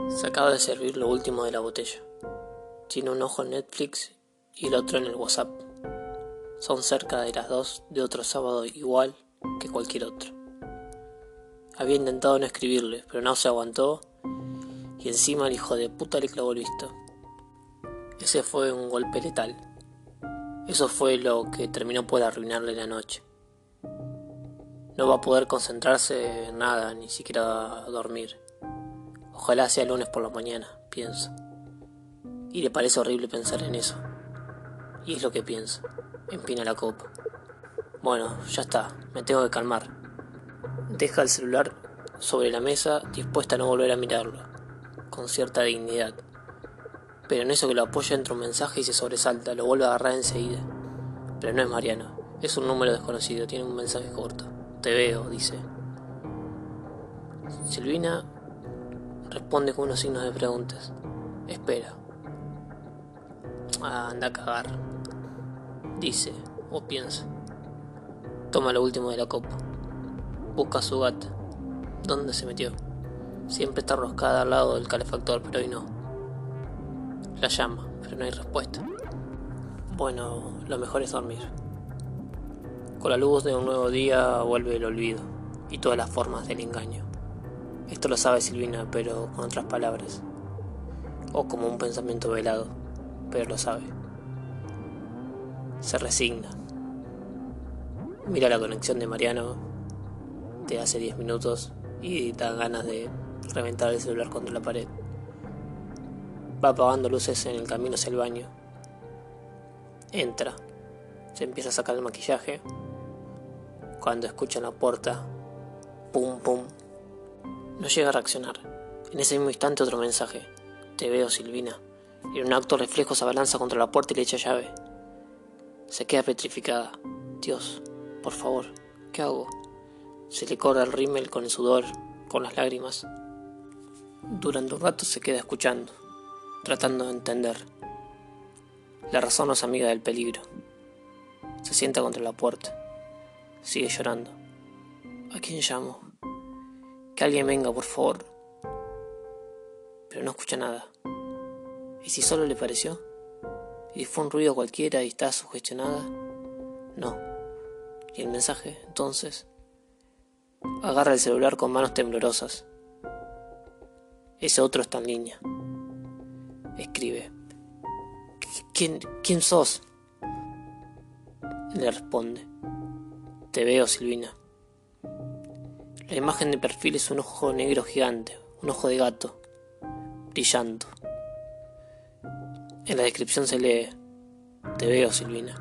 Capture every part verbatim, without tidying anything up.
Se acaba de servir lo último de la botella. Tiene un ojo en Netflix y el otro en el WhatsApp. Son cerca de las dos de otro sábado igual que cualquier otro. Había intentado no escribirle, pero no se aguantó y encima el hijo de puta le clavó el visto. Ese fue un golpe letal. Eso fue lo que terminó por arruinarle la noche. No va a poder concentrarse en nada, ni siquiera dormir. Ojalá sea lunes por la mañana, piensa. Y le parece horrible pensar en eso. Y es lo que piensa. Empina la copa. Bueno, ya está, me tengo que calmar. Deja el celular sobre la mesa, dispuesta a no volver a mirarlo, con cierta dignidad. Pero en eso que lo apoya entra un mensaje y se sobresalta, lo vuelve a agarrar enseguida. Pero no es Mariano, es un número desconocido, tiene un mensaje corto. Te veo, dice. Silvina responde con unos signos de preguntas. Espera. Ah, anda a cagar, dice o piensa. Toma lo último de la copa. Busca a su gata. ¿Dónde se metió? Siempre está roscada al lado del calefactor, pero hoy no. La llama, pero no hay respuesta. Bueno, lo mejor es dormir. Con la luz de un nuevo día vuelve el olvido y todas las formas del engaño. Esto lo sabe Silvina, pero con otras palabras. O como un pensamiento velado, pero lo sabe. Se resigna. Mira la conexión de Mariano de hace diez minutos y da ganas de reventar el celular contra la pared. Va apagando luces en el camino hacia el baño. Entra. Se empieza a sacar el maquillaje. Cuando escucha en la puerta, pum pum, no llega a reaccionar. En ese mismo instante otro mensaje. Te veo, Silvina. Y en un acto reflejo se abalanza contra la puerta y le echa llave. Se queda petrificada. Dios, por favor, ¿qué hago? Se le corre el rímel con el sudor, con las lágrimas. Durante un rato se queda escuchando, tratando de entender. La razón no es amiga del peligro. Se sienta contra la puerta. Sigue llorando. ¿A quién llamo? Que alguien venga, por favor. Pero no escucha nada. ¿Y si solo le pareció? ¿Y fue un ruido cualquiera y está sugestionada? No. ¿Y el mensaje, entonces? Agarra el celular con manos temblorosas. Ese otro está en línea. Escribe. ¿Quién, quién sos? Le responde. Te veo, Silvina. La imagen de perfil es un ojo negro gigante, un ojo de gato, brillando. En la descripción se lee, te veo, Silvina.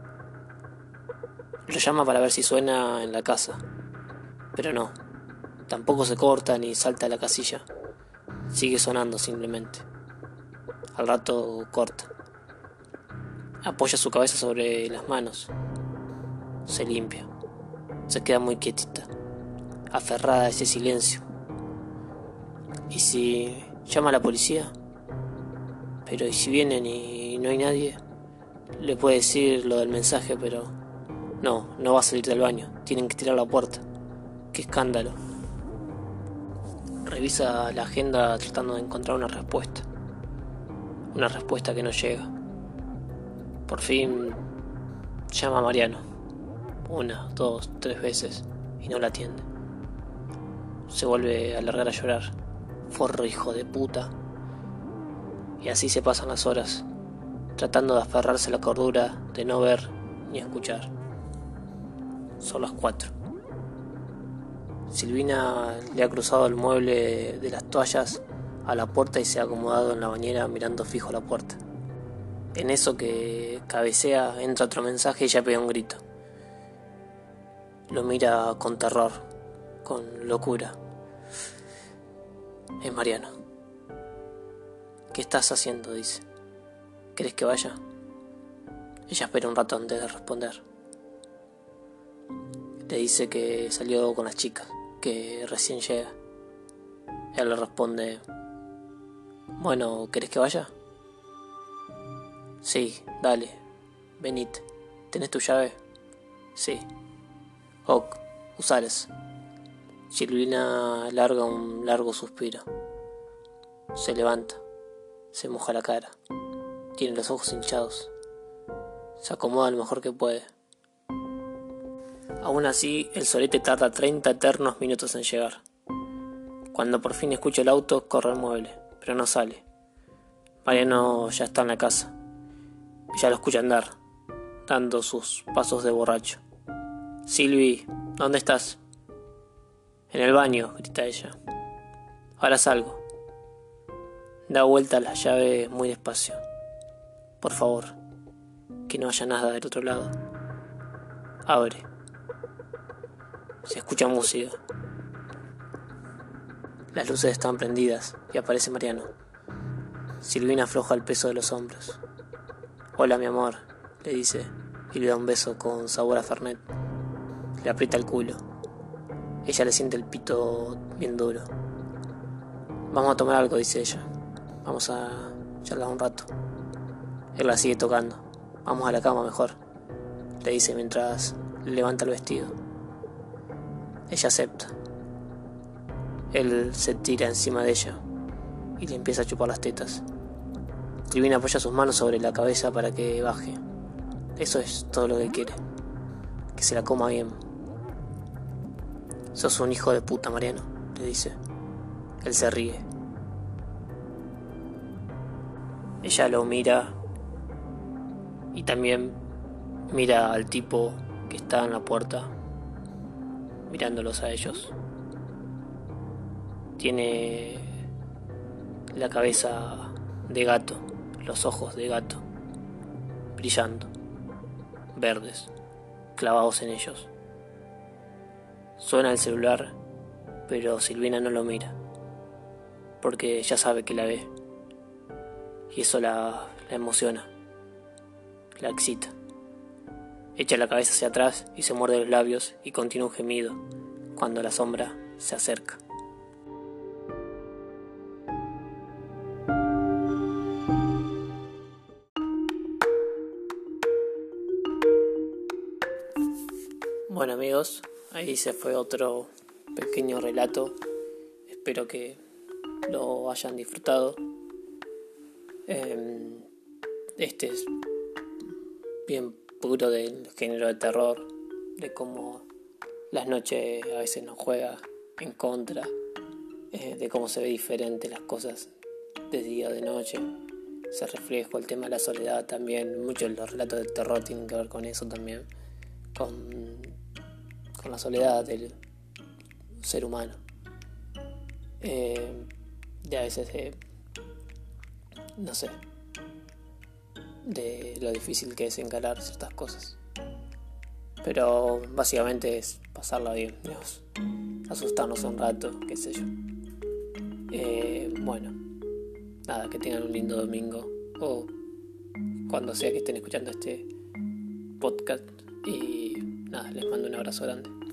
Lo llama para ver si suena en la casa, pero no. Tampoco se corta ni salta a la casilla. Sigue sonando simplemente. Al rato corta. Apoya su cabeza sobre las manos. Se limpia. Se queda muy quietita, aferrada a ese silencio. ¿Y si llama a la policía? Pero ¿y si vienen y no hay nadie? Le puede decir lo del mensaje, pero no, no va a salir del baño. Tienen que tirar la puerta. ¡Qué escándalo! Revisa la agenda tratando de encontrar una respuesta. Una respuesta que no llega. Por fin llama a Mariano. Una, dos, tres veces y no la atiende. Se vuelve a largar a llorar. Forro hijo de puta. Y así se pasan las horas, tratando de aferrarse a la cordura de no ver ni escuchar. Son las cuatro. Silvina le ha cruzado el mueble de las toallas a la puerta y se ha acomodado en la bañera mirando fijo a la puerta. En eso que cabecea entra otro mensaje y ella pega un grito. Lo mira con terror, con locura. Es Mariano. ¿Qué estás haciendo?, dice. ¿Querés que vaya? Ella espera un rato antes de responder. Le dice que salió con las chicas, que recién llega. Él le responde, bueno, ¿querés que vaya? Sí, dale, venite. ¿Tenés tu llave? Sí. Ok, usales. Silvina larga un largo suspiro. Se levanta, se moja la cara, tiene los ojos hinchados, se acomoda lo mejor que puede. Aún así, el solete tarda treinta eternos minutos en llegar. Cuando por fin escucha el auto, corre al mueble, pero no sale. Mariano ya está en la casa, y ya lo escucha andar, dando sus pasos de borracho. «Silvi, ¿dónde estás?» «En el baño», grita ella. «Ahora salgo». Da vuelta la llave muy despacio. «Por favor, que no haya nada del otro lado». Abre. Se escucha música. Las luces están prendidas y aparece Mariano. Silvina afloja el peso de los hombros. «Hola, mi amor», le dice, y le da un beso con sabor a Fernet. Le aprieta el culo. Ella le siente el pito bien duro. «Vamos a tomar algo», dice ella. «Vamos a charlar un rato». Él la sigue tocando. «Vamos a la cama mejor», le dice mientras le levanta el vestido. Ella acepta. Él se tira encima de ella y le empieza a chupar las tetas. Silvina apoya sus manos sobre la cabeza para que baje. Eso es todo lo que quiere. Que se la coma bien. «Sos un hijo de puta, Mariano», le dice. Él se ríe. Ella lo mira y también mira al tipo que está en la puerta, mirándolos a ellos. Tiene la cabeza de gato, los ojos de gato, brillando, verdes, clavados en ellos. Suena el celular, pero Silvina no lo mira, porque ya sabe que la ve, y eso la, la emociona, la excita. Echa la cabeza hacia atrás y se muerde los labios y continúa un gemido cuando la sombra se acerca. Bueno, amigos, ahí se fue otro pequeño relato. Espero que lo hayan disfrutado. Este es bien puro del género de terror, de cómo las noches a veces nos juega en contra, de cómo se ve diferente las cosas de día o de noche. Se refleja el tema de la soledad también. Muchos de los relatos de terror tienen que ver con eso también, con, con la soledad del ser humano. Eh, de a veces de, no sé, de lo difícil que es encarar ciertas cosas. Pero básicamente es pasarla bien, digamos, asustarnos un rato, qué sé yo. Eh, bueno, nada, que tengan un lindo domingo o cuando sea que estén escuchando este podcast. Y nada, les mando un abrazo grande.